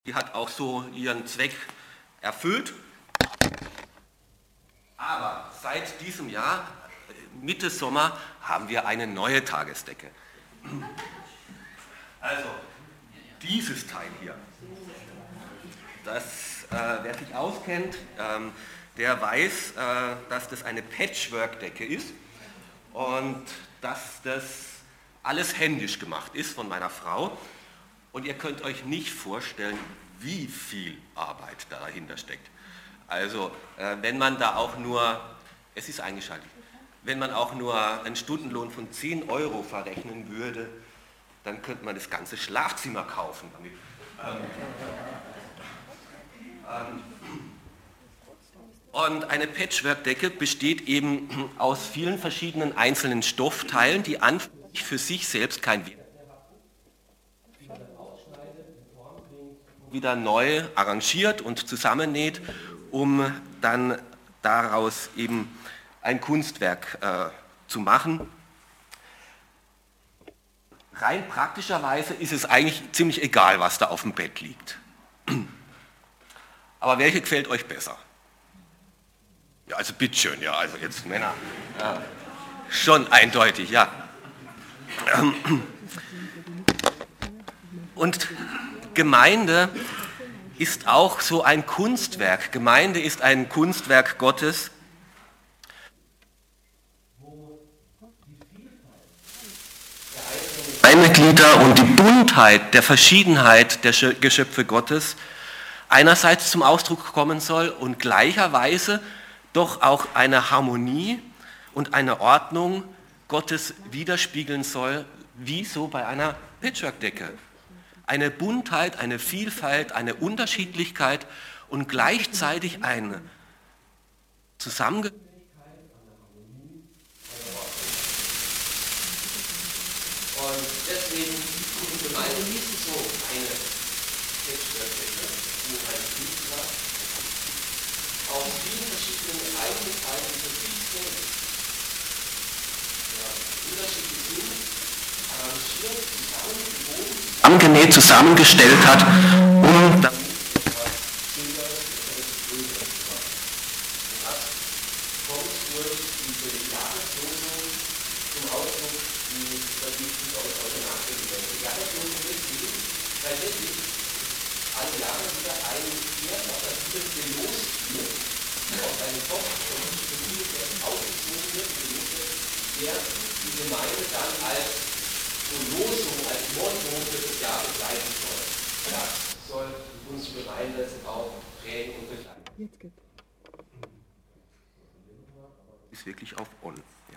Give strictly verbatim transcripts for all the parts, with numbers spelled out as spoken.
Die hat auch so ihren Zweck erfüllt. Aber seit diesem Jahr, Mitte Sommer, haben wir eine neue Tagesdecke. Also, dieses Teil hier, das, äh, wer sich auskennt, ähm, der weiß, äh, dass das eine Patchwork-Decke ist und dass das alles händisch gemacht ist von meiner Frau. Und ihr könnt euch nicht vorstellen, wie viel Arbeit dahinter steckt. Also, äh, wenn man da auch nur, es ist eingeschaltet, wenn man auch nur einen Stundenlohn von zehn Euro verrechnen würde, dann könnte man das ganze Schlafzimmer kaufen damit. Ähm, ähm, und eine Patchwork-Decke besteht eben aus vielen verschiedenen einzelnen Stoffteilen, die an für sich selbst kein Wert wieder neu arrangiert und zusammennäht, um dann daraus eben ein Kunstwerk äh, zu machen. Rein praktischerweise ist es eigentlich ziemlich egal, was da auf dem Bett liegt. Aber welche gefällt euch besser? Ja, also bitteschön, ja, also jetzt Männer. Äh, schon eindeutig, ja. Und Gemeinde ist auch so ein Kunstwerk. Gemeinde ist ein Kunstwerk Gottes, der Mitglieder und die Buntheit der Verschiedenheit der Geschöpfe Gottes einerseits zum Ausdruck kommen soll und gleicherweise doch auch eine Harmonie und eine Ordnung Gottes widerspiegeln soll, wie so bei einer Patchwork-Decke. Eine Buntheit, eine Vielfalt, eine Unterschiedlichkeit und gleichzeitig eine Zusammengehörigkeit, eine Harmonie, eine Ordnung. Und deswegen in Gemeinde ist es so eine Patchwork-Decke, wo ein Künstler aus vielen verschiedenen Einzelteilen für sich selbst ja, unterschiedlich sind, arrangiert, zusammengewoben, zusammengenäht, zusammengestellt hat, um damit die Gemeinde dann als Losung, als Motto für das Jahr begleiten soll. Das soll unsere Gemeinde auch prägen und begleiten. Jetzt geht's. Ist wirklich auf On. Ja.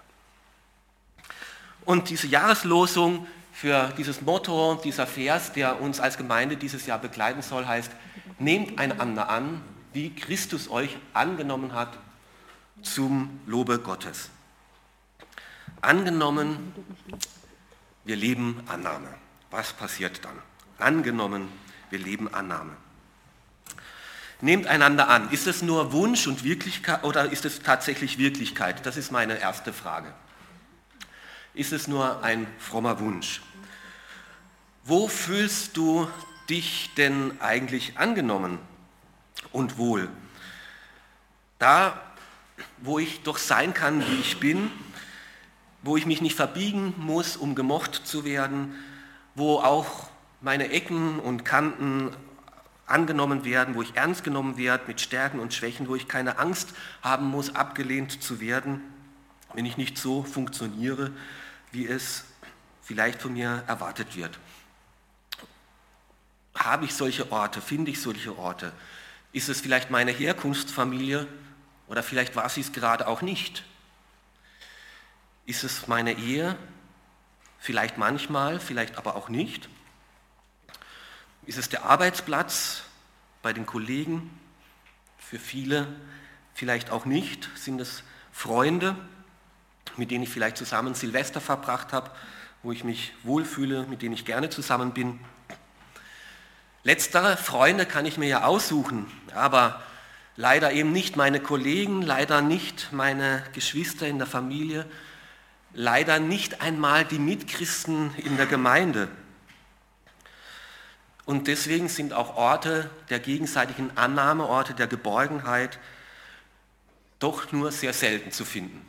Und diese Jahreslosung für dieses Motto, dieser Vers, der uns als Gemeinde dieses Jahr begleiten soll, heißt: Nehmt einander an, wie Christus euch angenommen hat, zum Lobe Gottes. Angenommen, wir leben Annahme. Was passiert dann? Angenommen, wir leben Annahme. Nehmt einander an. Ist es nur Wunsch und Wirklichkeit oder ist es tatsächlich Wirklichkeit? Das ist meine erste Frage. Ist es nur ein frommer Wunsch? Wo fühlst du dich denn eigentlich angenommen und wohl? Da, wo ich doch sein kann, wie ich bin, wo ich mich nicht verbiegen muss, um gemocht zu werden, wo auch meine Ecken und Kanten angenommen werden, wo ich ernst genommen werde mit Stärken und Schwächen, wo ich keine Angst haben muss, abgelehnt zu werden, wenn ich nicht so funktioniere, wie es vielleicht von mir erwartet wird. Habe ich solche Orte, finde ich solche Orte? Ist es vielleicht meine Herkunftsfamilie oder vielleicht war sie es gerade auch nicht? Ist es meine Ehe? Vielleicht manchmal, vielleicht aber auch nicht. Ist es der Arbeitsplatz bei den Kollegen? Für viele vielleicht auch nicht. Sind es Freunde, mit denen ich vielleicht zusammen Silvester verbracht habe, wo ich mich wohlfühle, mit denen ich gerne zusammen bin? Letztere Freunde kann ich mir ja aussuchen, aber leider eben nicht meine Kollegen, leider nicht meine Geschwister in der Familie, leider nicht einmal die Mitchristen in der Gemeinde. Und deswegen sind auch Orte der gegenseitigen Annahme, Orte der Geborgenheit doch nur sehr selten zu finden.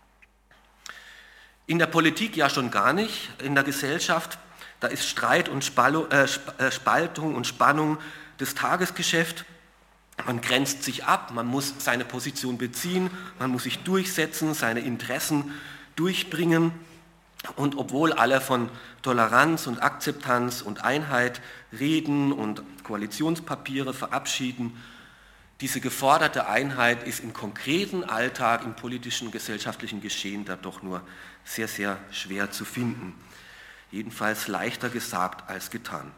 In der Politik ja schon gar nicht, in der Gesellschaft, da ist Streit und Spaltung und Spannung das Tagesgeschäft. Man grenzt sich ab, man muss seine Position beziehen, man muss sich durchsetzen, seine Interessen durchbringen. Und obwohl alle von Toleranz und Akzeptanz und Einheit reden und Koalitionspapiere verabschieden, diese geforderte Einheit ist im konkreten Alltag, im politischen, gesellschaftlichen Geschehen da doch nur sehr, sehr schwer zu finden. Jedenfalls leichter gesagt als getan.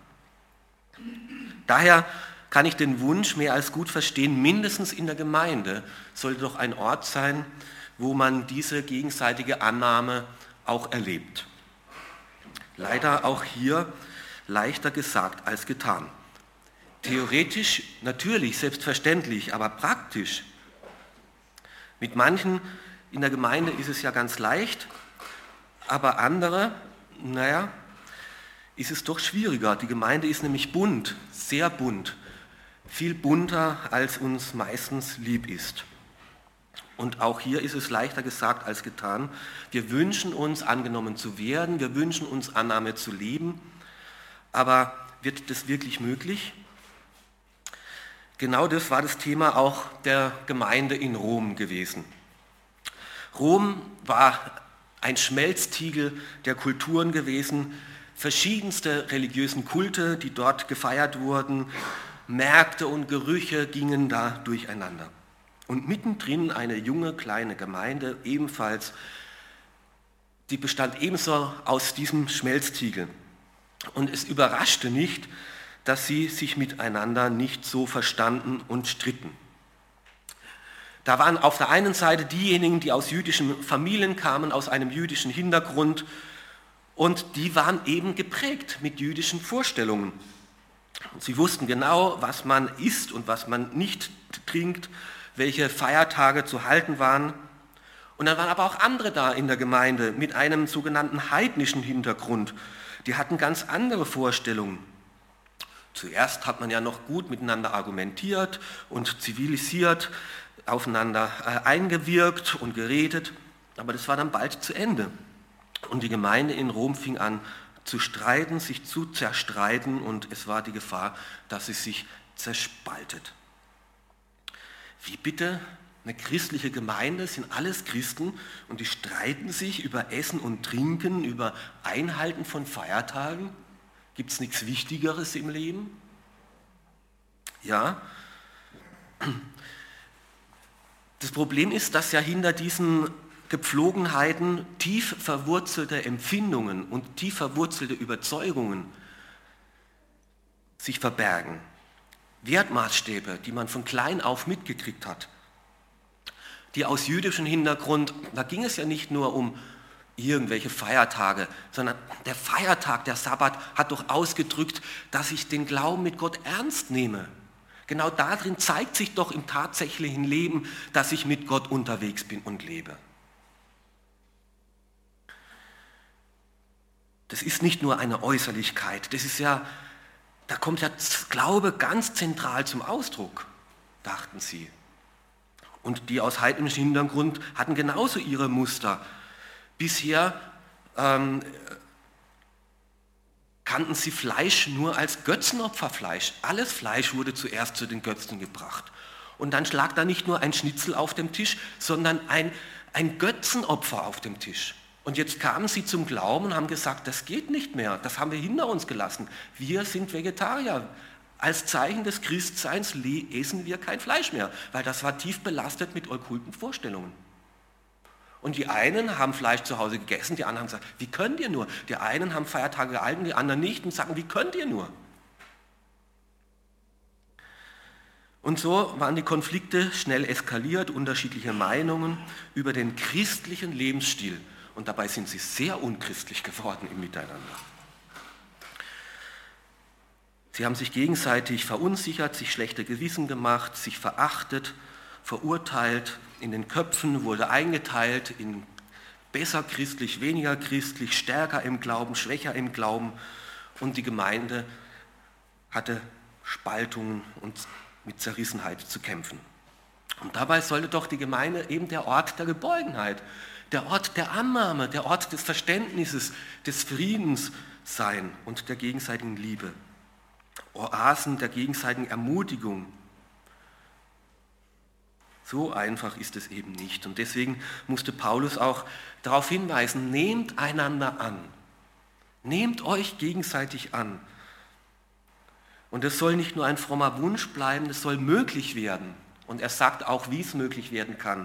Daher kann ich den Wunsch mehr als gut verstehen, mindestens in der Gemeinde sollte doch ein Ort sein, wo man diese gegenseitige Annahme auch erlebt. Leider auch hier leichter gesagt als getan. Theoretisch natürlich, selbstverständlich, aber praktisch. Mit manchen in der Gemeinde ist es ja ganz leicht, aber andere, naja, ist es doch schwieriger. Die Gemeinde ist nämlich bunt, sehr bunt, viel bunter, als uns meistens lieb ist. Und auch hier ist es leichter gesagt als getan. Wir wünschen uns, angenommen zu werden, wir wünschen uns, Annahme zu leben, aber wird das wirklich möglich? Genau das war das Thema auch der Gemeinde in Rom gewesen. Rom war ein Schmelztiegel der Kulturen gewesen, verschiedenste religiösen Kulte, die dort gefeiert wurden, Märkte und Gerüche gingen da durcheinander. Und mittendrin eine junge, kleine Gemeinde, ebenfalls, die bestand ebenso aus diesem Schmelztiegel. Und es überraschte nicht, dass sie sich miteinander nicht so verstanden und stritten. Da waren auf der einen Seite diejenigen, die aus jüdischen Familien kamen, aus einem jüdischen Hintergrund, und die waren eben geprägt mit jüdischen Vorstellungen. Sie wussten genau, was man isst und was man nicht trinkt, welche Feiertage zu halten waren. Und dann waren aber auch andere da in der Gemeinde mit einem sogenannten heidnischen Hintergrund. Die hatten ganz andere Vorstellungen. Zuerst hat man ja noch gut miteinander argumentiert und zivilisiert, aufeinander eingewirkt und geredet, aber das war dann bald zu Ende. Und die Gemeinde in Rom fing an zu streiten, sich zu zerstreiten, und es war die Gefahr, dass sie sich zerspaltet. Wie bitte? Eine christliche Gemeinde sind alles Christen und die streiten sich über Essen und Trinken, über Einhalten von Feiertagen? Gibt es nichts Wichtigeres im Leben? Ja. Das Problem ist, dass ja hinter diesen Gepflogenheiten tief verwurzelte Empfindungen und tief verwurzelte Überzeugungen sich verbergen. Wertmaßstäbe, die man von klein auf mitgekriegt hat, die aus jüdischem Hintergrund, da ging es ja nicht nur um irgendwelche Feiertage, sondern der Feiertag, der Sabbat, hat doch ausgedrückt, dass ich den Glauben mit Gott ernst nehme. Genau darin zeigt sich doch im tatsächlichen Leben, dass ich mit Gott unterwegs bin und lebe. Das ist nicht nur eine Äußerlichkeit, das ist ja, da kommt ja Glaube ganz zentral zum Ausdruck, dachten sie. Und die aus heidnischem Hintergrund hatten genauso ihre Muster. Bisher ähm, kannten sie Fleisch nur als Götzenopferfleisch. Alles Fleisch wurde zuerst zu den Götzen gebracht. Und dann lag da nicht nur ein Schnitzel auf dem Tisch, sondern ein, ein Götzenopfer auf dem Tisch. Und jetzt kamen sie zum Glauben und haben gesagt, das geht nicht mehr, das haben wir hinter uns gelassen. Wir sind Vegetarier. Als Zeichen des Christseins essen wir kein Fleisch mehr, weil das war tief belastet mit okkulten Vorstellungen. Und die einen haben Fleisch zu Hause gegessen, die anderen haben gesagt, wie könnt ihr nur? Die einen haben Feiertage gehalten, die anderen nicht und sagen, wie könnt ihr nur? Und so waren die Konflikte schnell eskaliert, unterschiedliche Meinungen über den christlichen Lebensstil. Und dabei sind sie sehr unchristlich geworden im Miteinander. Sie haben sich gegenseitig verunsichert, sich schlechte Gewissen gemacht, sich verachtet, verurteilt. In den Köpfen wurde eingeteilt in besser christlich, weniger christlich, stärker im Glauben, schwächer im Glauben. Und die Gemeinde hatte Spaltungen und mit Zerrissenheit zu kämpfen. Und dabei sollte doch die Gemeinde eben der Ort der Geborgenheit, der Ort der Annahme, der Ort des Verständnisses, des Friedens sein und der gegenseitigen Liebe. Oasen der gegenseitigen Ermutigung. So einfach ist es eben nicht. Und deswegen musste Paulus auch darauf hinweisen, nehmt einander an. Nehmt euch gegenseitig an. Und es soll nicht nur ein frommer Wunsch bleiben, es soll möglich werden. Und er sagt auch, wie es möglich werden kann.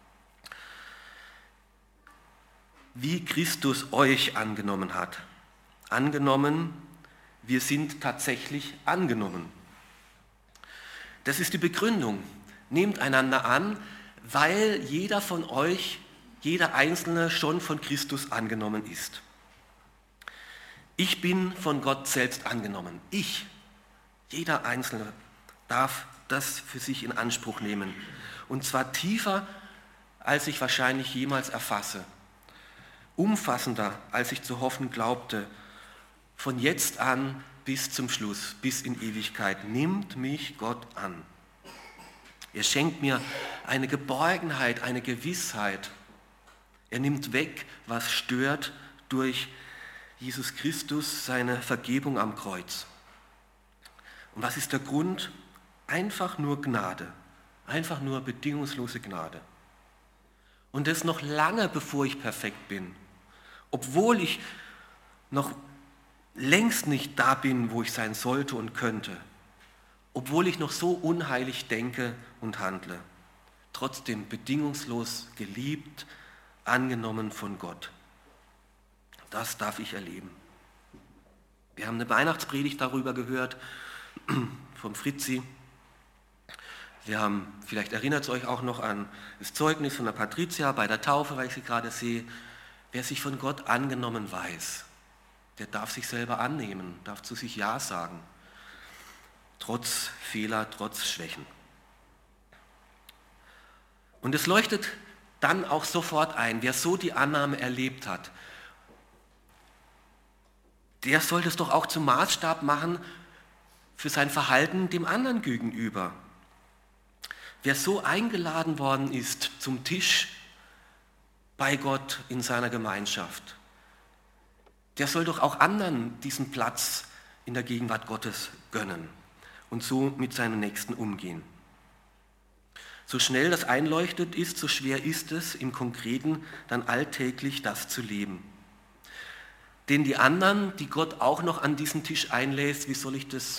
Wie Christus euch angenommen hat. Angenommen, wir sind tatsächlich angenommen. Das ist die Begründung. Nehmt einander an, weil jeder von euch, jeder Einzelne schon von Christus angenommen ist. Ich bin von Gott selbst angenommen. Ich, jeder Einzelne, darf das für sich in Anspruch nehmen. Und zwar tiefer, als ich wahrscheinlich jemals erfasse. Umfassender, als ich zu hoffen glaubte. Von jetzt an bis zum Schluss, bis in Ewigkeit, nimmt mich Gott an. Er schenkt mir eine Geborgenheit, eine Gewissheit. Er nimmt weg, was stört durch Jesus Christus, seine Vergebung am Kreuz. Und was ist der Grund? Einfach nur Gnade, einfach nur bedingungslose Gnade. Und das noch lange, bevor ich perfekt bin, obwohl ich noch längst nicht da bin, wo ich sein sollte und könnte, obwohl ich noch so unheilig denke und handle, trotzdem bedingungslos geliebt, angenommen von Gott. Das darf ich erleben. Wir haben eine Weihnachtspredigt darüber gehört, vom Fritzi. Wir haben, vielleicht erinnert es euch auch noch an das Zeugnis von der Patricia bei der Taufe, weil ich sie gerade sehe. Wer sich von Gott angenommen weiß, der darf sich selber annehmen, darf zu sich Ja sagen. Trotz Fehler, trotz Schwächen. Und es leuchtet dann auch sofort ein, wer so die Annahme erlebt hat, der sollte es doch auch zum Maßstab machen für sein Verhalten dem anderen gegenüber. Wer so eingeladen worden ist zum Tisch bei Gott in seiner Gemeinschaft, der soll doch auch anderen diesen Platz in der Gegenwart Gottes gönnen und so mit seinen Nächsten umgehen. So schnell das einleuchtet ist, so schwer ist es, im Konkreten dann alltäglich das zu leben. Denn die anderen, die Gott auch noch an diesen Tisch einlädt, wie soll ich das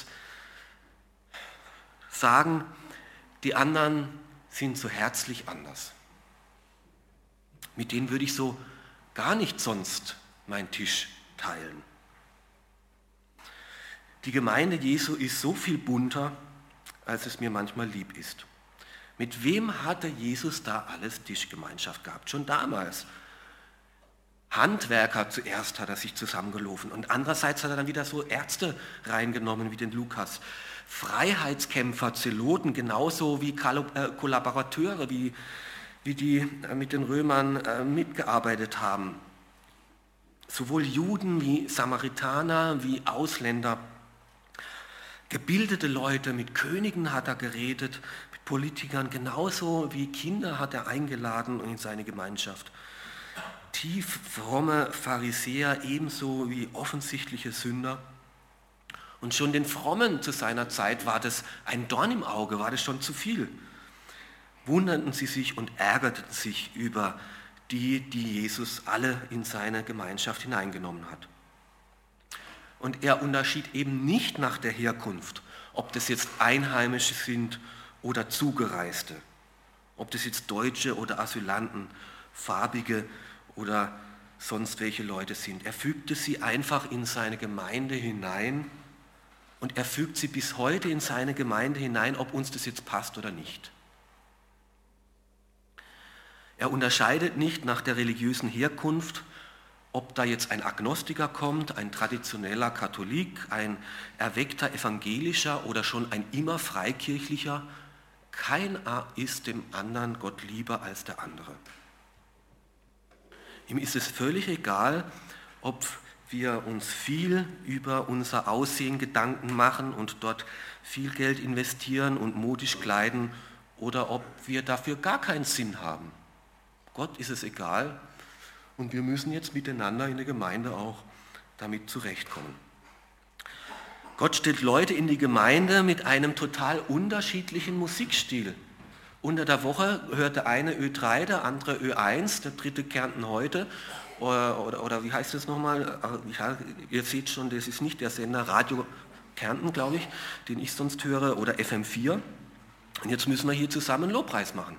sagen, die anderen sind so herzlich anders. Mit denen würde ich so gar nicht sonst meinen Tisch teilen. Die Gemeinde Jesu ist so viel bunter, als es mir manchmal lieb ist. Mit wem hatte Jesus da alles Tischgemeinschaft gehabt? Schon damals. Handwerker zuerst hat er sich zusammengelofen und andererseits hat er dann wieder so Ärzte reingenommen wie den Lukas. Freiheitskämpfer, Zeloten, genauso wie Kollaborateure, wie, wie die mit den Römern mitgearbeitet haben. Sowohl Juden wie Samaritaner, wie Ausländer. Gebildete Leute, mit Königen hat er geredet, mit Politikern, genauso wie Kinder hat er eingeladen in seine Gemeinschaft. Tief fromme Pharisäer, ebenso wie offensichtliche Sünder. Und schon den Frommen zu seiner Zeit war das ein Dorn im Auge, war das schon zu viel. Wunderten sie sich und ärgerten sich über die, die Jesus alle in seine Gemeinschaft hineingenommen hat. Und er unterschied eben nicht nach der Herkunft, ob das jetzt Einheimische sind oder Zugereiste, ob das jetzt Deutsche oder Asylanten, Farbige oder sonst welche Leute sind. Er fügte sie einfach in seine Gemeinde hinein und er fügt sie bis heute in seine Gemeinde hinein, ob uns das jetzt passt oder nicht. Er unterscheidet nicht nach der religiösen Herkunft, ob da jetzt ein Agnostiker kommt, ein traditioneller Katholik, ein erweckter Evangelischer oder schon ein immer Freikirchlicher. Keiner ist dem anderen Gott lieber als der andere. Ihm ist es völlig egal, ob wir uns viel über unser Aussehen Gedanken machen und dort viel Geld investieren und modisch kleiden oder ob wir dafür gar keinen Sinn haben. Gott ist es egal und wir müssen jetzt miteinander in der Gemeinde auch damit zurechtkommen. Gott stellt Leute in die Gemeinde mit einem total unterschiedlichen Musikstil. Unter der Woche hört der eine Ö drei, der andere Ö eins, der dritte Kärnten heute. Oder, oder, oder wie heißt das nochmal? Ja, ihr seht schon, das ist nicht der Sender Radio Kärnten, glaube ich, den ich sonst höre, oder F M vier. Und jetzt müssen wir hier zusammen Lobpreis machen.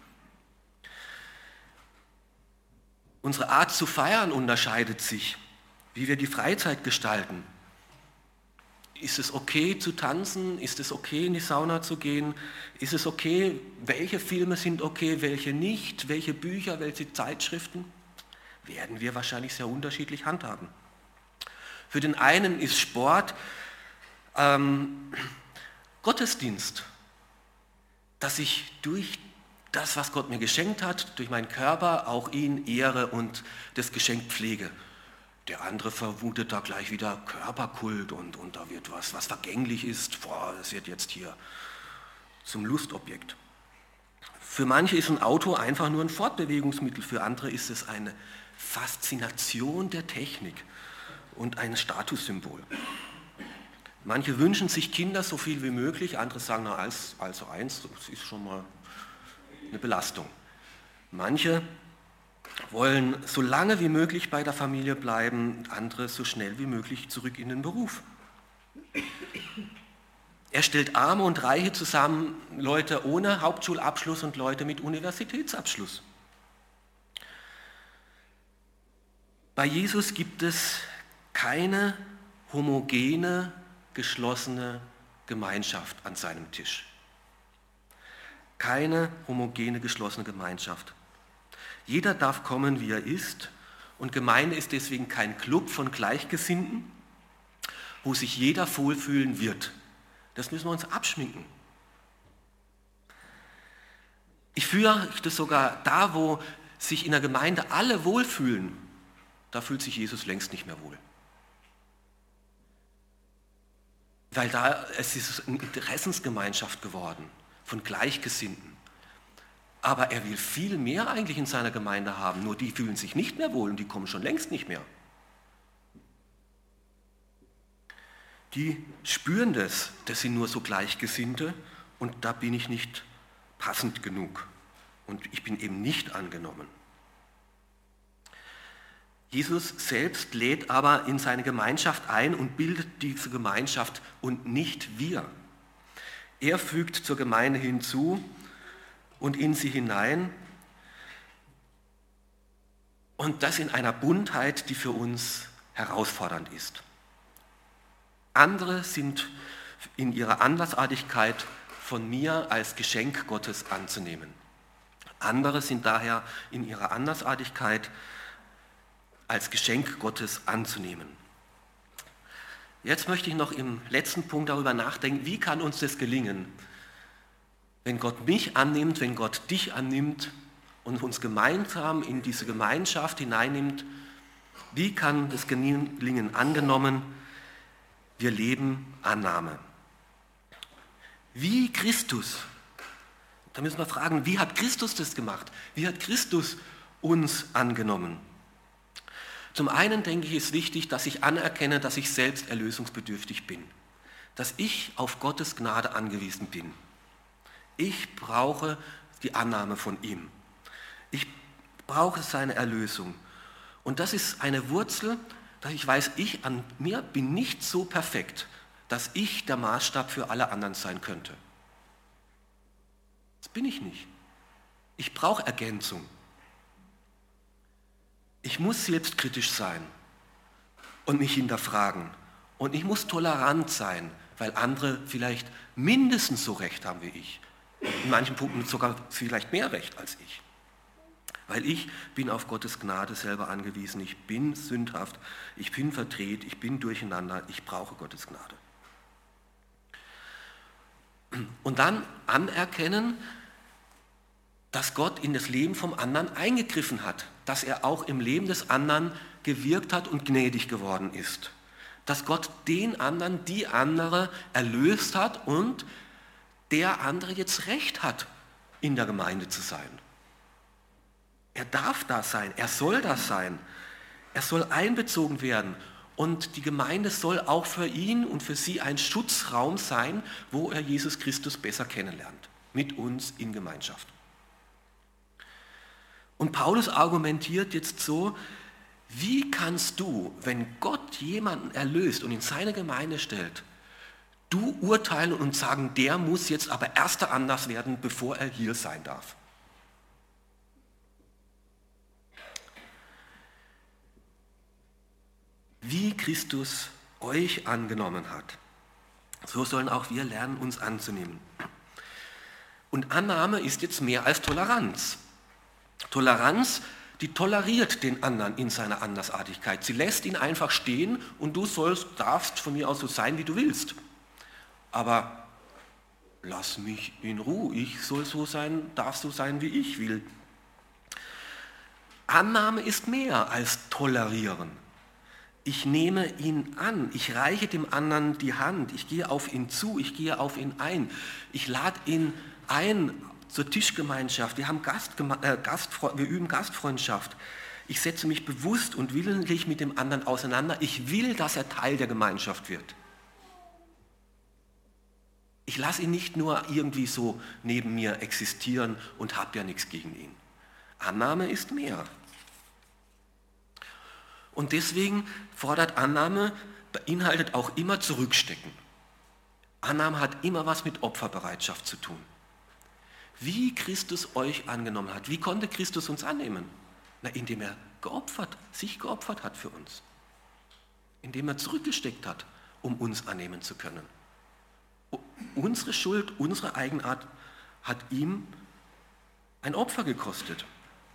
Unsere Art zu feiern unterscheidet sich, wie wir die Freizeit gestalten. Ist es okay zu tanzen? Ist es okay, in die Sauna zu gehen? Ist es okay, welche Filme sind okay, welche nicht? Welche Bücher, welche Zeitschriften? Werden wir wahrscheinlich sehr unterschiedlich handhaben. Für den einen ist Sport ähm, Gottesdienst, dass ich durch das, was Gott mir geschenkt hat, durch meinen Körper auch ihn ehre und das Geschenk pflege. Der andere vermutet da gleich wieder Körperkult und, und da wird was, was vergänglich ist. Boah, das wird jetzt hier zum Lustobjekt. Für manche ist ein Auto einfach nur ein Fortbewegungsmittel, für andere ist es eine Faszination der Technik und ein Statussymbol. Manche wünschen sich Kinder so viel wie möglich, andere sagen, na, als, also eins, das ist schon mal eine Belastung. Manche wollen so lange wie möglich bei der Familie bleiben, andere so schnell wie möglich zurück in den Beruf. Er stellt Arme und Reiche zusammen, Leute ohne Hauptschulabschluss und Leute mit Universitätsabschluss. Bei Jesus gibt es keine homogene, geschlossene Gemeinschaft an seinem Tisch. Keine homogene, geschlossene Gemeinschaft. Jeder darf kommen, wie er ist, und Gemeinde ist deswegen kein Club von Gleichgesinnten, wo sich jeder wohlfühlen wird. Das müssen wir uns abschminken. Ich führe das sogar da, wo sich in der Gemeinde alle wohlfühlen, da fühlt sich Jesus längst nicht mehr wohl. Weil da es ist eine Interessensgemeinschaft geworden von Gleichgesinnten. Aber er will viel mehr eigentlich in seiner Gemeinde haben, nur die fühlen sich nicht mehr wohl und die kommen schon längst nicht mehr. Die spüren das, das sind nur so Gleichgesinnte und da bin ich nicht passend genug und ich bin eben nicht angenommen. Jesus selbst lädt aber in seine Gemeinschaft ein und bildet diese Gemeinschaft und nicht wir. Er fügt zur Gemeinde hinzu und in sie hinein und das in einer Buntheit, die für uns herausfordernd ist. Andere sind in ihrer Andersartigkeit von mir als Geschenk Gottes anzunehmen. Andere sind daher in ihrer Andersartigkeit als Geschenk Gottes anzunehmen. Jetzt möchte ich noch im letzten Punkt darüber nachdenken, wie kann uns das gelingen, wenn Gott mich annimmt, wenn Gott dich annimmt und uns gemeinsam in diese Gemeinschaft hineinnimmt, wie kann das gelingen? Angenommen, wir leben Annahme. Wie Christus, da müssen wir fragen, wie hat Christus das gemacht? Wie hat Christus uns angenommen? Zum einen denke ich, ist wichtig, dass ich anerkenne, dass ich selbst erlösungsbedürftig bin, dass ich auf Gottes Gnade angewiesen bin. Ich brauche die Annahme von ihm. Ich brauche seine Erlösung. Und das ist eine Wurzel, dass ich weiß, ich an mir bin nicht so perfekt, dass ich der Maßstab für alle anderen sein könnte. Das bin ich nicht. Ich brauche Ergänzung. Ich muss selbstkritisch sein und mich hinterfragen. Und ich muss tolerant sein, weil andere vielleicht mindestens so recht haben wie ich. In manchen Punkten sogar vielleicht mehr Recht als ich. Weil ich bin auf Gottes Gnade selber angewiesen. Ich bin sündhaft, ich bin verdreht, ich bin durcheinander, ich brauche Gottes Gnade. Und dann anerkennen, dass Gott in das Leben vom anderen eingegriffen hat, dass er auch im Leben des anderen gewirkt hat und gnädig geworden ist, dass Gott den anderen, die andere erlöst hat und der andere jetzt Recht hat, in der Gemeinde zu sein. Er darf das sein, er soll das sein, er soll einbezogen werden und die Gemeinde soll auch für ihn und für sie ein Schutzraum sein, wo er Jesus Christus besser kennenlernt, mit uns in Gemeinschaft. Und Paulus argumentiert jetzt so, wie kannst du, wenn Gott jemanden erlöst und in seine Gemeinde stellt, du urteilen und sagen, der muss jetzt aber erst anders werden, bevor er hier sein darf? Wie Christus euch angenommen hat, so sollen auch wir lernen, uns anzunehmen. Und Annahme ist jetzt mehr als Toleranz. Toleranz, die toleriert den anderen in seiner Andersartigkeit. Sie lässt ihn einfach stehen und du sollst, darfst von mir aus so sein, wie du willst. Aber lass mich in Ruhe, ich soll so sein, darf so sein, wie ich will. Annahme ist mehr als tolerieren. Ich nehme ihn an, ich reiche dem anderen die Hand, ich gehe auf ihn zu, ich gehe auf ihn ein, ich lade ihn ein zur Tischgemeinschaft, wir, haben Gastgeme- äh, Gastfre- wir üben Gastfreundschaft, ich setze mich bewusst und willentlich mit dem anderen auseinander, ich will, dass er Teil der Gemeinschaft wird. Ich lasse ihn nicht nur irgendwie so neben mir existieren und habe ja nichts gegen ihn. Annahme ist mehr. Und deswegen fordert Annahme, beinhaltet auch immer Zurückstecken. Annahme hat immer was mit Opferbereitschaft zu tun. Wie Christus euch angenommen hat. Wie konnte Christus uns annehmen? Na, indem er geopfert, sich geopfert hat für uns. Indem er zurückgesteckt hat, um uns annehmen zu können. Unsere Schuld, unsere Eigenart hat ihm ein Opfer gekostet.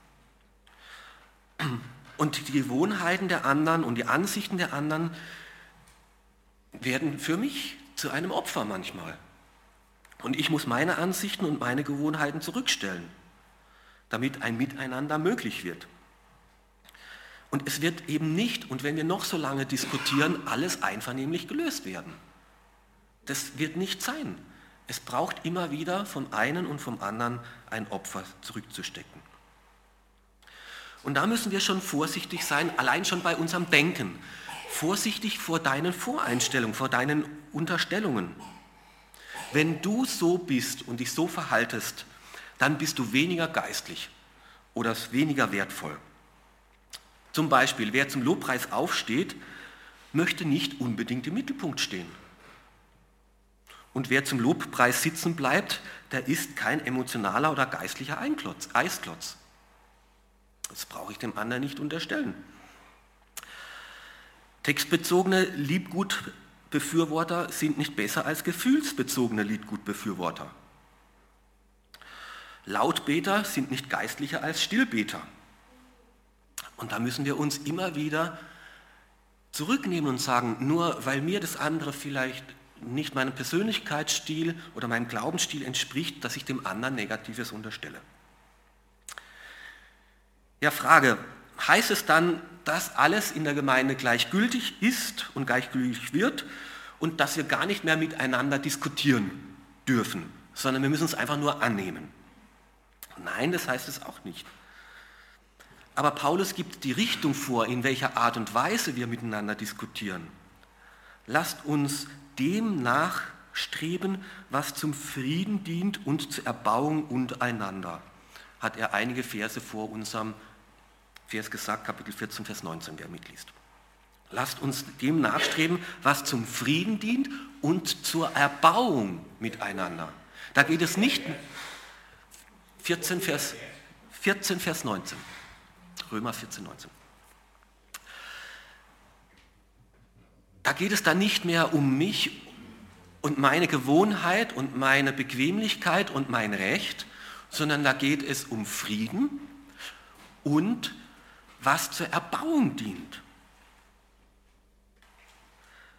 Und die Gewohnheiten der anderen und die Ansichten der anderen werden für mich zu einem Opfer manchmal. Und ich muss meine Ansichten und meine Gewohnheiten zurückstellen, damit ein Miteinander möglich wird. Und es wird eben nicht, und wenn wir noch so lange diskutieren, alles einvernehmlich gelöst werden. Das wird nicht sein. Es braucht immer wieder vom einen und vom anderen ein Opfer zurückzustecken. Und da müssen wir schon vorsichtig sein, allein schon bei unserem Denken. Vorsichtig vor deinen Voreinstellungen, vor deinen Unterstellungen. Wenn du so bist und dich so verhaltest, dann bist du weniger geistlich oder weniger wertvoll. Zum Beispiel, wer zum Lobpreis aufsteht, möchte nicht unbedingt im Mittelpunkt stehen. Und wer zum Lobpreis sitzen bleibt, der ist kein emotionaler oder geistlicher Einklotz, Eisklotz. Das brauche ich dem anderen nicht unterstellen. Textbezogene Liedgutbefürworter sind nicht besser als gefühlsbezogene Liedgutbefürworter. Lautbeter sind nicht geistlicher als Stillbeter. Und da müssen wir uns immer wieder zurücknehmen und sagen, nur weil mir das andere vielleicht nicht meinem Persönlichkeitsstil oder meinem Glaubensstil entspricht, dass ich dem anderen Negatives unterstelle. Ja, Frage, heißt es dann, dass alles in der Gemeinde gleichgültig ist und gleichgültig wird und dass wir gar nicht mehr miteinander diskutieren dürfen, sondern wir müssen es einfach nur annehmen? Nein, das heißt es auch nicht. Aber Paulus gibt die Richtung vor, in welcher Art und Weise wir miteinander diskutieren. Lasst uns dem nachstreben, was zum Frieden dient und zur Erbauung untereinander, hat er einige Verse vor unserem Vers gesagt, Kapitel vierzehn, Vers neunzehn, wer mitliest. Lasst uns dem nachstreben, was zum Frieden dient und zur Erbauung miteinander. Da geht es nicht, vierzehn, Vers, vierzehn, Vers neunzehn, Römer vierzehn, neunzehn. Da geht es dann nicht mehr um mich und meine Gewohnheit und meine Bequemlichkeit und mein Recht, sondern da geht es um Frieden und was zur Erbauung dient.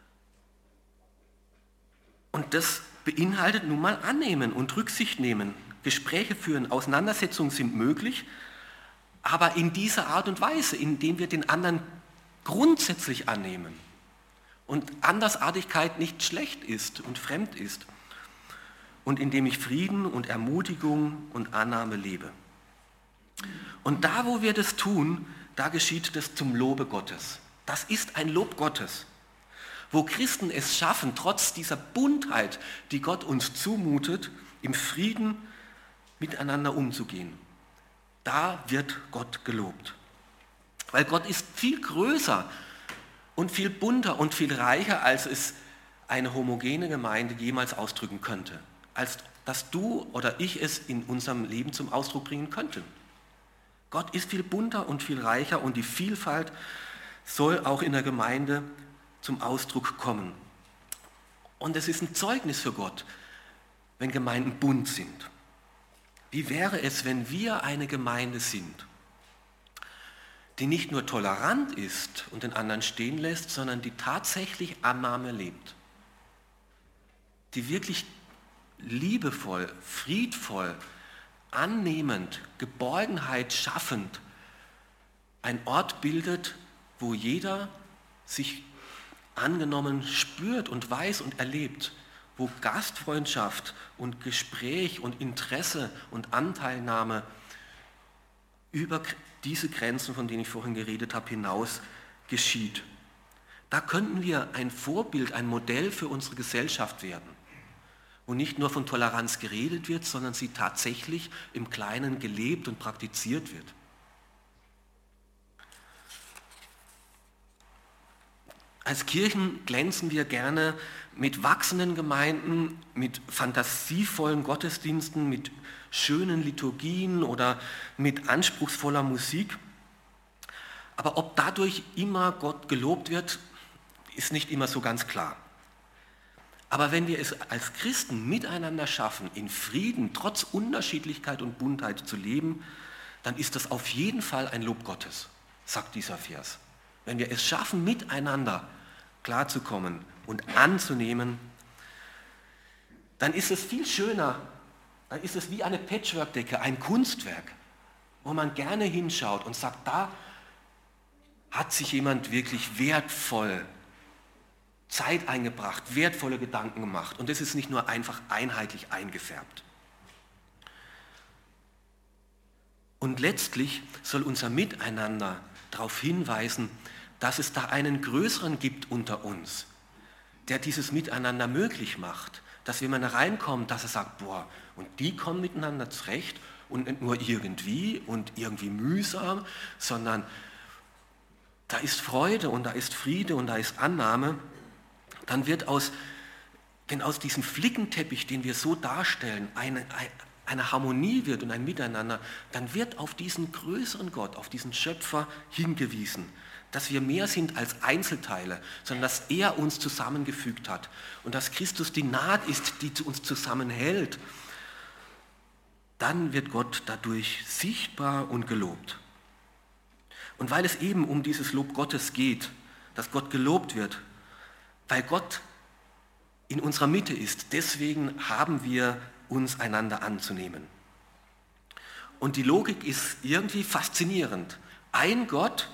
Und das beinhaltet nun mal annehmen und Rücksicht nehmen, Gespräche führen, Auseinandersetzungen sind möglich, aber in dieser Art und Weise, indem wir den anderen grundsätzlich annehmen und Andersartigkeit nicht schlecht ist und fremd ist und indem ich Frieden und Ermutigung und Annahme lebe. Und da, wo wir das tun, da geschieht das zum Lobe Gottes. Das ist ein Lob Gottes. Wo Christen es schaffen, trotz dieser Buntheit, die Gott uns zumutet, im Frieden miteinander umzugehen. Da wird Gott gelobt. Weil Gott ist viel größer und viel bunter und viel reicher, als es eine homogene Gemeinde jemals ausdrücken könnte. Als dass du oder ich es in unserem Leben zum Ausdruck bringen könnten. Gott ist viel bunter und viel reicher und die Vielfalt soll auch in der Gemeinde zum Ausdruck kommen. Und es ist ein Zeugnis für Gott, wenn Gemeinden bunt sind. Wie wäre es, wenn wir eine Gemeinde sind, die nicht nur tolerant ist und den anderen stehen lässt, sondern die tatsächlich Annahme lebt, die wirklich liebevoll, friedvoll, annehmend, Geborgenheit schaffend ein Ort bildet, wo jeder sich angenommen spürt und weiß und erlebt, wo Gastfreundschaft und Gespräch und Interesse und Anteilnahme über diese Grenzen, von denen ich vorhin geredet habe, hinaus geschieht. Da könnten wir ein Vorbild, ein Modell für unsere Gesellschaft werden, wo nicht nur von Toleranz geredet wird, sondern sie tatsächlich im Kleinen gelebt und praktiziert wird. Als Kirchen glänzen wir gerne mit wachsenden Gemeinden, mit fantasievollen Gottesdiensten, mit schönen Liturgien oder mit anspruchsvoller Musik. Aber ob dadurch immer Gott gelobt wird, ist nicht immer so ganz klar. Aber wenn wir es als Christen miteinander schaffen, in Frieden, trotz Unterschiedlichkeit und Buntheit zu leben, dann ist das auf jeden Fall ein Lob Gottes, sagt dieser Vers. Wenn wir es schaffen, miteinander klarzukommen und anzunehmen, dann ist es viel schöner, dann ist es wie eine Patchwork-Decke, ein Kunstwerk, wo man gerne hinschaut und sagt, da hat sich jemand wirklich wertvoll Zeit eingebracht, wertvolle Gedanken gemacht. Und es ist nicht nur einfach einheitlich eingefärbt. Und letztlich soll unser Miteinander darauf hinweisen, dass es da einen Größeren gibt unter uns, der dieses Miteinander möglich macht. Dass wenn man da reinkommt, dass er sagt, boah, und die kommen miteinander zurecht und nicht nur irgendwie und irgendwie mühsam, sondern da ist Freude und da ist Friede und da ist Annahme. Dann wird aus, wenn aus diesem Flickenteppich, den wir so darstellen, eine, eine Harmonie wird und ein Miteinander, dann wird auf diesen größeren Gott, auf diesen Schöpfer hingewiesen, dass wir mehr sind als Einzelteile, sondern dass er uns zusammengefügt hat und dass Christus die Naht ist, die uns zusammenhält. Dann wird Gott dadurch sichtbar und gelobt. Und weil es eben um dieses Lob Gottes geht, dass Gott gelobt wird, weil Gott in unserer Mitte ist, deswegen haben wir uns einander anzunehmen. Und die Logik ist irgendwie faszinierend. Ein Gott,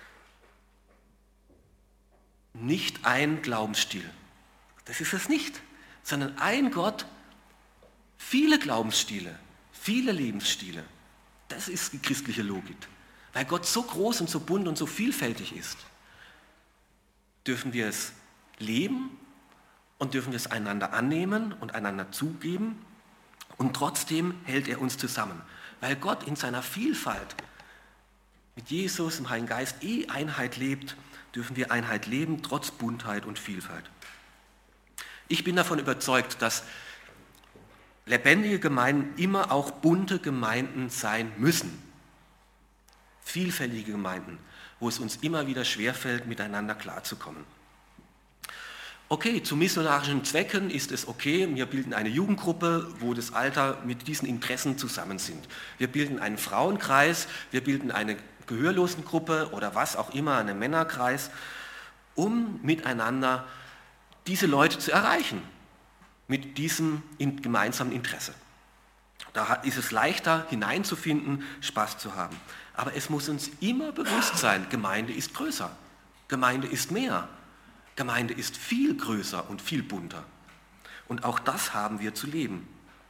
nicht ein Glaubensstil. Das ist es nicht, sondern ein Gott, viele Glaubensstile, viele Lebensstile. Das ist die christliche Logik. Weil Gott so groß und so bunt und so vielfältig ist, dürfen wir es leben und dürfen wir es einander annehmen und einander zugeben und trotzdem hält er uns zusammen. Weil Gott in seiner Vielfalt mit Jesus, im Heiligen Geist, eh Einheit lebt, dürfen wir Einheit leben, trotz Buntheit und Vielfalt. Ich bin davon überzeugt, dass lebendige Gemeinden immer auch bunte Gemeinden sein müssen. Vielfältige Gemeinden, wo es uns immer wieder schwerfällt, miteinander klarzukommen. Okay, zu missionarischen Zwecken ist es okay, wir bilden eine Jugendgruppe, wo das Alter mit diesen Interessen zusammen sind. Wir bilden einen Frauenkreis, wir bilden eine Gehörlosengruppe oder was auch immer, einen Männerkreis, um miteinander diese Leute zu erreichen, mit diesem gemeinsamen Interesse. Da ist es leichter hineinzufinden, Spaß zu haben. Aber es muss uns immer bewusst sein, Gemeinde ist größer, Gemeinde ist mehr, Gemeinde ist viel größer und viel bunter. Und auch das haben wir zu leben.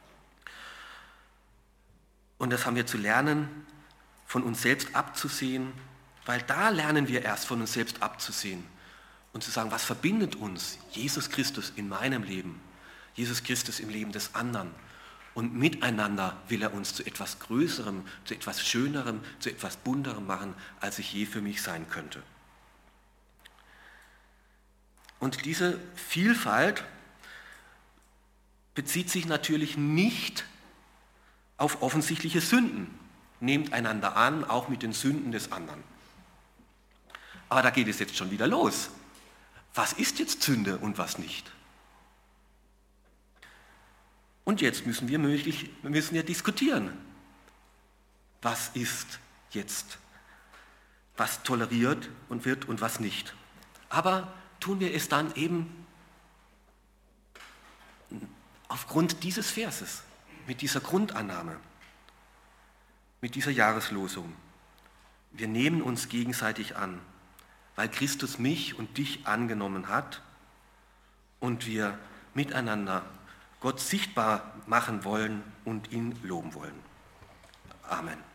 Und das haben wir zu lernen, von uns selbst abzusehen, weil da lernen wir erst von uns selbst abzusehen und zu sagen, was verbindet uns? Jesus Christus in meinem Leben, Jesus Christus im Leben des anderen. Und miteinander will er uns zu etwas Größerem, zu etwas Schönerem, zu etwas Bunterem machen, als ich je für mich sein könnte. Und diese Vielfalt bezieht sich natürlich nicht auf offensichtliche Sünden. Nehmt einander an, auch mit den Sünden des anderen. Aber da geht es jetzt schon wieder los. Was ist jetzt Sünde und was nicht? Und jetzt müssen wir, möglich, müssen wir diskutieren. Was ist jetzt? Was toleriert und wird und was nicht? Aber tun wir es dann eben aufgrund dieses Verses, mit dieser Grundannahme, mit dieser Jahreslosung. Wir nehmen uns gegenseitig an, weil Christus mich und dich angenommen hat und wir miteinander Gott sichtbar machen wollen und ihn loben wollen. Amen.